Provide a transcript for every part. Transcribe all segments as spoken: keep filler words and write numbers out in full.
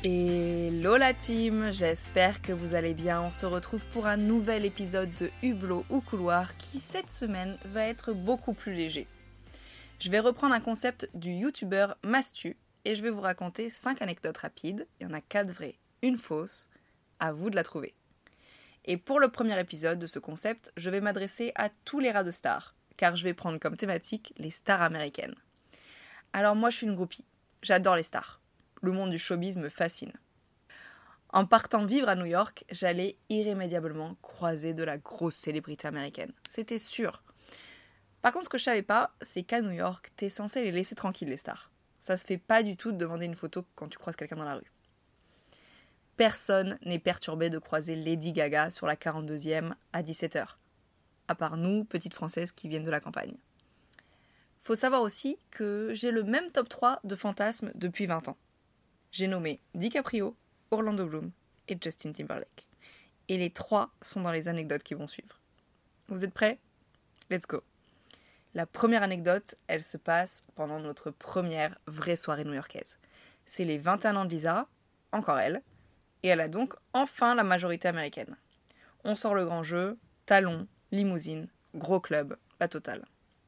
Hello la team, j'espère que vous allez bien. On se retrouve pour un nouvel épisode de Hublot ou Couloir qui cette semaine va être beaucoup plus léger. Je vais reprendre un concept du youtubeur Mastu et je vais vous raconter cinq anecdotes rapides. Il y en a quatre vraies, une fausse. À vous de la trouver. Et pour le premier épisode de ce concept, je vais m'adresser à tous les rats de stars, car je vais prendre comme thématique les stars américaines. Alors moi je suis une groupie, j'adore les stars. Le monde du showbiz me fascine. En partant vivre à New York, j'allais irrémédiablement croiser de la grosse célébrité américaine. C'était sûr. Par contre, ce que je savais pas, c'est qu'à New York, t'es censé les laisser tranquilles, les stars. Ça se fait pas du tout de demander une photo quand tu croises quelqu'un dans la rue. Personne n'est perturbé de croiser Lady Gaga sur la quarante-deuxième à dix-sept heures. À part nous, petites Françaises qui viennent de la campagne. Faut savoir aussi que j'ai le même top trois de fantasmes depuis vingt ans. J'ai nommé DiCaprio, Orlando Bloom et Justin Timberlake. Et les trois sont dans les anecdotes qui vont suivre. Vous êtes prêts ? Let's go. La première anecdote, elle se passe pendant notre première vraie soirée new-yorkaise. C'est les vingt et un ans de Lisa, encore elle, et elle a donc enfin la majorité américaine. On sort le grand jeu, talons, limousine, gros club, la totale.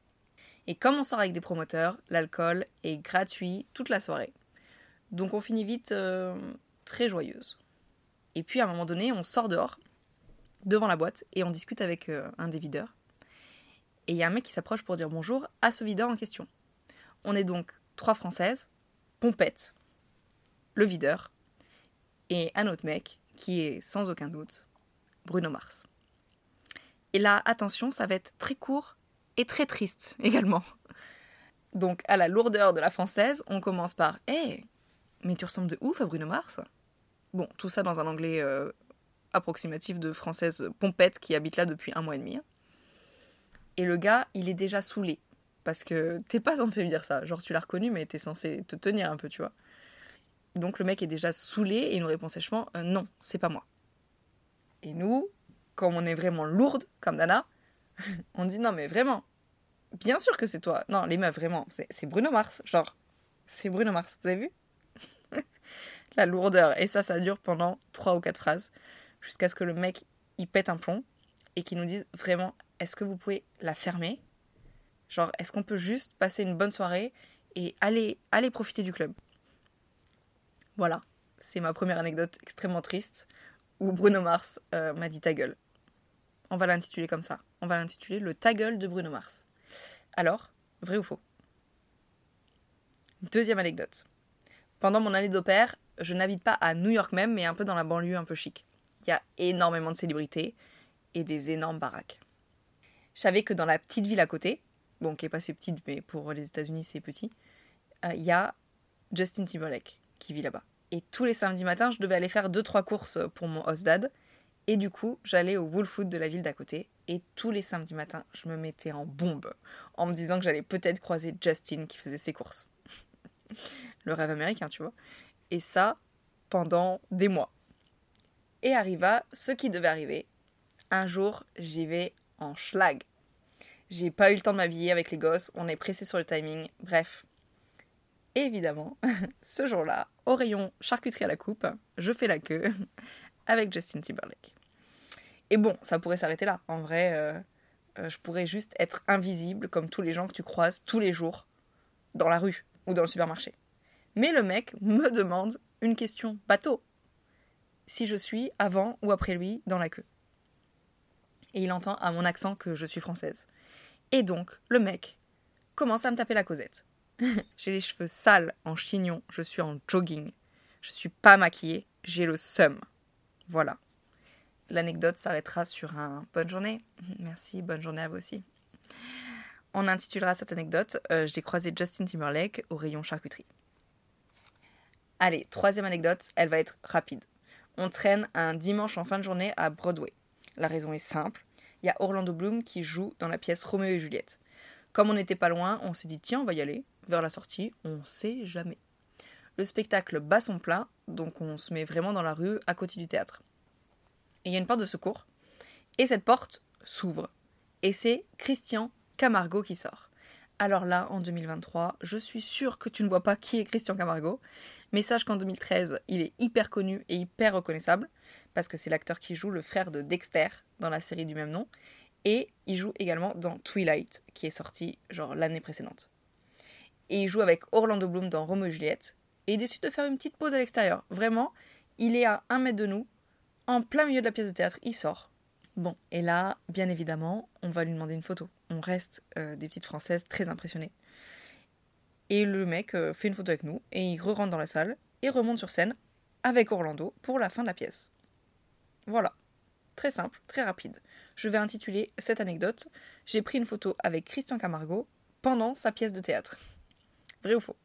Et comme on sort avec des promoteurs, l'alcool est gratuit toute la soirée. Donc on finit vite euh, très joyeuse. Et puis à un moment donné, on sort dehors, devant la boîte, et on discute avec euh, un des videurs. Et il y a un mec qui s'approche pour dire bonjour à ce videur en question. On est donc trois Françaises, Pompette, le videur, et un autre mec qui est sans aucun doute Bruno Mars. Et là, attention, ça va être très court et très triste également. Donc à la lourdeur de la Française, on commence par « Hey, mais tu ressembles de ouf à Bruno Mars !» Bon, tout ça dans un anglais euh, approximatif de Française Pompette qui habite là depuis un mois et demi. Et le gars, il est déjà saoulé. Parce que t'es pas censé lui dire ça. Genre, tu l'as reconnu, mais t'es censé te tenir un peu, tu vois. Donc le mec est déjà saoulé et il nous répond sèchement euh, « Non, c'est pas moi ». Et nous, comme on est vraiment lourde, comme Nana, on dit « Non, mais vraiment, bien sûr que c'est toi. Non, les meufs, vraiment, c'est, c'est Bruno Mars. Genre, c'est Bruno Mars, vous avez vu ?» La lourdeur. Et ça, ça dure pendant trois ou quatre phrases. Jusqu'à ce que le mec, il pète un plomb. Et qu'il nous dise vraiment, est-ce que vous pouvez la fermer ? Genre, est-ce qu'on peut juste passer une bonne soirée et aller, aller profiter du club ? Voilà. C'est ma première anecdote extrêmement triste. Où Bruno Mars euh, m'a dit ta gueule. On va l'intituler comme ça. On va l'intituler le ta gueule de Bruno Mars. Alors, vrai ou faux ? Deuxième anecdote. Pendant mon année d'au pair, je n'habite pas à New York même, mais un peu dans la banlieue un peu chic. Il y a énormément de célébrités et des énormes baraques. Je savais que dans la petite ville à côté, bon, qui n'est pas si petite, mais pour les États-Unis c'est petit, il euh, y a Justin Timberlake qui vit là-bas. Et tous les samedis matins, je devais aller faire deux trois courses pour mon host dad. Et du coup, j'allais au Whole Foods de la ville d'à côté. Et tous les samedis matins, je me mettais en bombe en me disant que j'allais peut-être croiser Justin qui faisait ses courses. Le rêve américain, tu vois. Et ça, pendant des mois. Et arriva ce qui devait arriver. Un jour, j'y vais en schlag. J'ai pas eu le temps de m'habiller avec les gosses, on est pressé sur le timing, bref. Évidemment, ce jour-là, au rayon charcuterie à la coupe, je fais la queue avec Justin Timberlake. Et bon, ça pourrait s'arrêter là. En vrai, euh, euh, je pourrais juste être invisible comme tous les gens que tu croises tous les jours dans la rue ou dans le supermarché. Mais le mec me demande une question bateau. Si je suis avant ou après lui dans la queue. Et il entend à mon accent que je suis française. Et donc, le mec commence à me taper la causette. J'ai les cheveux sales, en chignon, je suis en jogging. Je suis pas maquillée, j'ai le seum. Voilà. L'anecdote s'arrêtera sur un « bonne journée ». Merci, bonne journée à vous aussi. On intitulera cette anecdote euh, « J'ai croisé Justin Timberlake au rayon charcuterie ». Allez, troisième anecdote, elle va être rapide. On traîne un dimanche en fin de journée à Broadway. La raison est simple, il y a Orlando Bloom qui joue dans la pièce Roméo et Juliette. Comme on n'était pas loin, on s'est dit tiens, on va y aller. Vers la sortie, on sait jamais. Le spectacle bat son plein, donc on se met vraiment dans la rue à côté du théâtre. Et il y a une porte de secours, et cette porte s'ouvre. Et c'est Christian Camargo qui sort. Alors là, en deux mille vingt-trois, je suis sûre que tu ne vois pas qui est Christian Camargo, mais sache qu'en deux mille treize, il est hyper connu et hyper reconnaissable, parce que c'est l'acteur qui joue le frère de Dexter dans la série du même nom, et il joue également dans Twilight, qui est sorti genre l'année précédente. Et il joue avec Orlando Bloom dans Roméo et Juliette, et il décide de faire une petite pause à l'extérieur. Vraiment, il est à un mètre de nous, en plein milieu de la pièce de théâtre, il sort. Bon, et là, bien évidemment, on va lui demander une photo. On reste euh, des petites Françaises très impressionnées. Et le mec euh, fait une photo avec nous, et il re-rentre dans la salle, et remonte sur scène avec Orlando pour la fin de la pièce. Voilà. Très simple, très rapide. Je vais intituler cette anecdote « J'ai pris une photo avec Christian Camargo pendant sa pièce de théâtre ». Vrai ou faux ?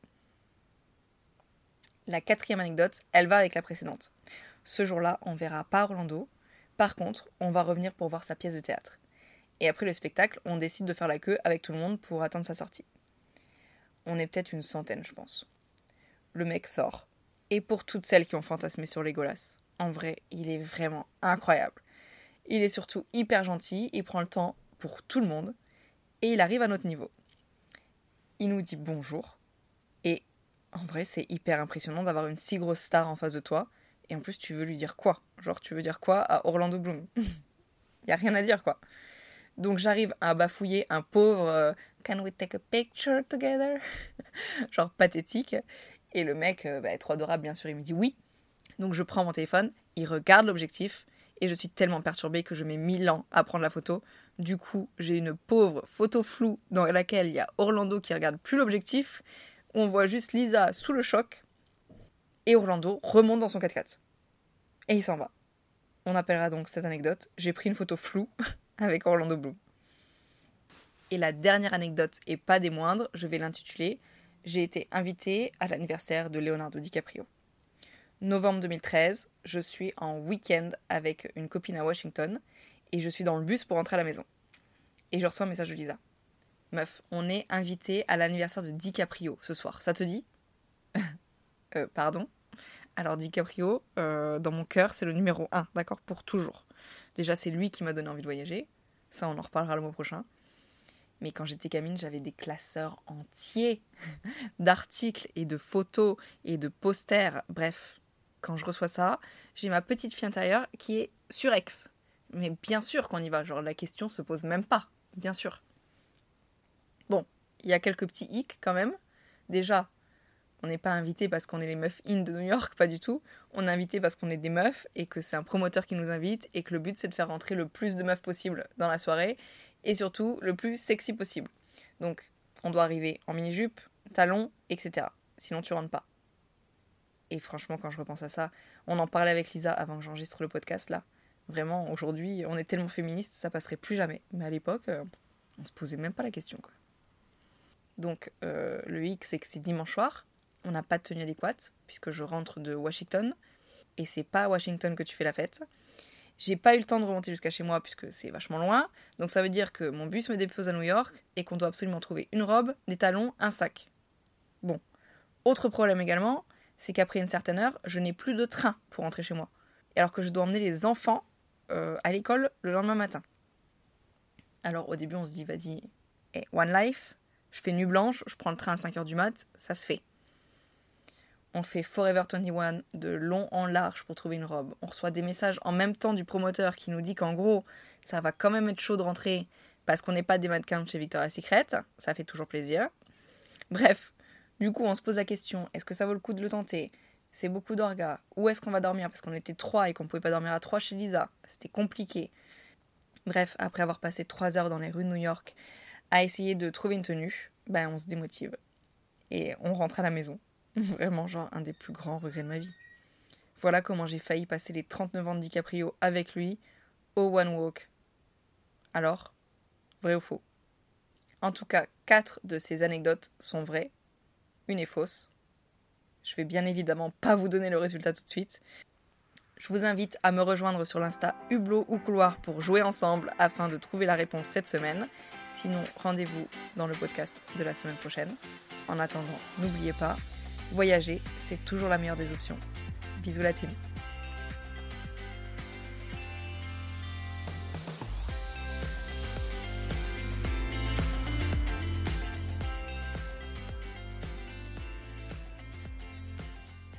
La quatrième anecdote, elle va avec la précédente. Ce jour-là, on verra pas Orlando. Par contre, on va revenir pour voir sa pièce de théâtre. Et après le spectacle, on décide de faire la queue avec tout le monde pour attendre sa sortie. On est peut-être une centaine, je pense. Le mec sort. Et pour toutes celles qui ont fantasmé sur Legolas, en vrai, il est vraiment incroyable. Il est surtout hyper gentil, il prend le temps pour tout le monde, et il arrive à notre niveau. Il nous dit bonjour, et en vrai, c'est hyper impressionnant d'avoir une si grosse star en face de toi, et en plus, tu veux lui dire quoi ? Genre, tu veux dire quoi à Orlando Bloom ? Y a rien à dire, quoi. Donc, j'arrive à bafouiller un pauvre euh, « Can we take a picture together ?» Genre pathétique. Et le mec, euh, bah, trop adorable, bien sûr, il me dit oui. Donc, je prends mon téléphone, il regarde l'objectif, et je suis tellement perturbée que je mets mille ans à prendre la photo. Du coup, j'ai une pauvre photo floue dans laquelle il y a Orlando qui regarde plus l'objectif. On voit juste Lisa sous le choc. Et Orlando remonte dans son quatre-quatre. Et il s'en va. On appellera donc cette anecdote « J'ai pris une photo floue avec Orlando Bloom ». Et la dernière anecdote, et pas des moindres, je vais l'intituler « J'ai été invitée à l'anniversaire de Leonardo DiCaprio ». Novembre deux mille treize, je suis en week-end avec une copine à Washington et je suis dans le bus pour rentrer à la maison. Et je reçois un message de Lisa. « Meuf, on est invité à l'anniversaire de DiCaprio ce soir, ça te dit ?» euh, Pardon ? Alors DiCaprio, euh, dans mon cœur, c'est le numéro un, d'accord, pour toujours. Déjà, c'est lui qui m'a donné envie de voyager. Ça, on en reparlera le mois prochain. Mais quand j'étais gamine, j'avais des classeurs entiers d'articles et de photos et de posters. Bref, quand je reçois ça, j'ai ma petite fille intérieure qui est surex. Mais bien sûr qu'on y va, genre la question se pose même pas, bien sûr. Bon, il y a quelques petits hicks quand même. Déjà, on n'est pas invité parce qu'on est les meufs in de New York, pas du tout. On est invité parce qu'on est des meufs et que c'est un promoteur qui nous invite et que le but c'est de faire rentrer le plus de meufs possible dans la soirée et surtout le plus sexy possible. Donc, on doit arriver en mini-jupe, talons, et cetera. Sinon, tu rentres pas. Et franchement, quand je repense à ça, on en parlait avec Lisa avant que j'enregistre le podcast là. Vraiment, aujourd'hui, on est tellement féministes, ça passerait plus jamais. Mais à l'époque, euh, on se posait même pas la question, quoi. Donc, euh, le hic, c'est que c'est dimanche soir. On n'a pas de tenue adéquate, puisque je rentre de Washington. Et c'est pas à Washington que tu fais la fête. J'ai pas eu le temps de remonter jusqu'à chez moi, puisque c'est vachement loin. Donc ça veut dire que mon bus me dépose à New York, et qu'on doit absolument trouver une robe, des talons, un sac. Bon. Autre problème également, c'est qu'après une certaine heure, je n'ai plus de train pour rentrer chez moi. Alors que je dois emmener les enfants euh, à l'école le lendemain matin. Alors au début, on se dit, vas-y, hey, one life, je fais nuit blanche, je prends le train à cinq heures du mat, ça se fait. On fait Forever vingt et un de long en large pour trouver une robe. On reçoit des messages en même temps du promoteur qui nous dit qu'en gros, ça va quand même être chaud de rentrer parce qu'on n'est pas des mannequins de chez Victoria's Secret. Ça fait toujours plaisir. Bref, du coup, on se pose la question, est-ce que ça vaut le coup de le tenter ? C'est beaucoup d'orgas. Où est-ce qu'on va dormir ? Parce qu'on était trois et qu'on ne pouvait pas dormir à trois chez Lisa. C'était compliqué. Bref, après avoir passé trois heures dans les rues de New York à essayer de trouver une tenue, ben on se démotive. Et on rentre à la maison. Vraiment, genre, un des plus grands regrets de ma vie. Voilà comment j'ai failli passer les trente-neuf ans de DiCaprio avec lui au One Walk. Alors, vrai ou faux ? En tout cas, quatre de ces anecdotes sont vraies. Une est fausse. Je vais bien évidemment pas vous donner le résultat tout de suite. Je vous invite à me rejoindre sur l'Insta Hublot ou Couloir pour jouer ensemble afin de trouver la réponse cette semaine. Sinon, rendez-vous dans le podcast de la semaine prochaine. En attendant, n'oubliez pas, voyager, c'est toujours la meilleure des options. Bisous la team.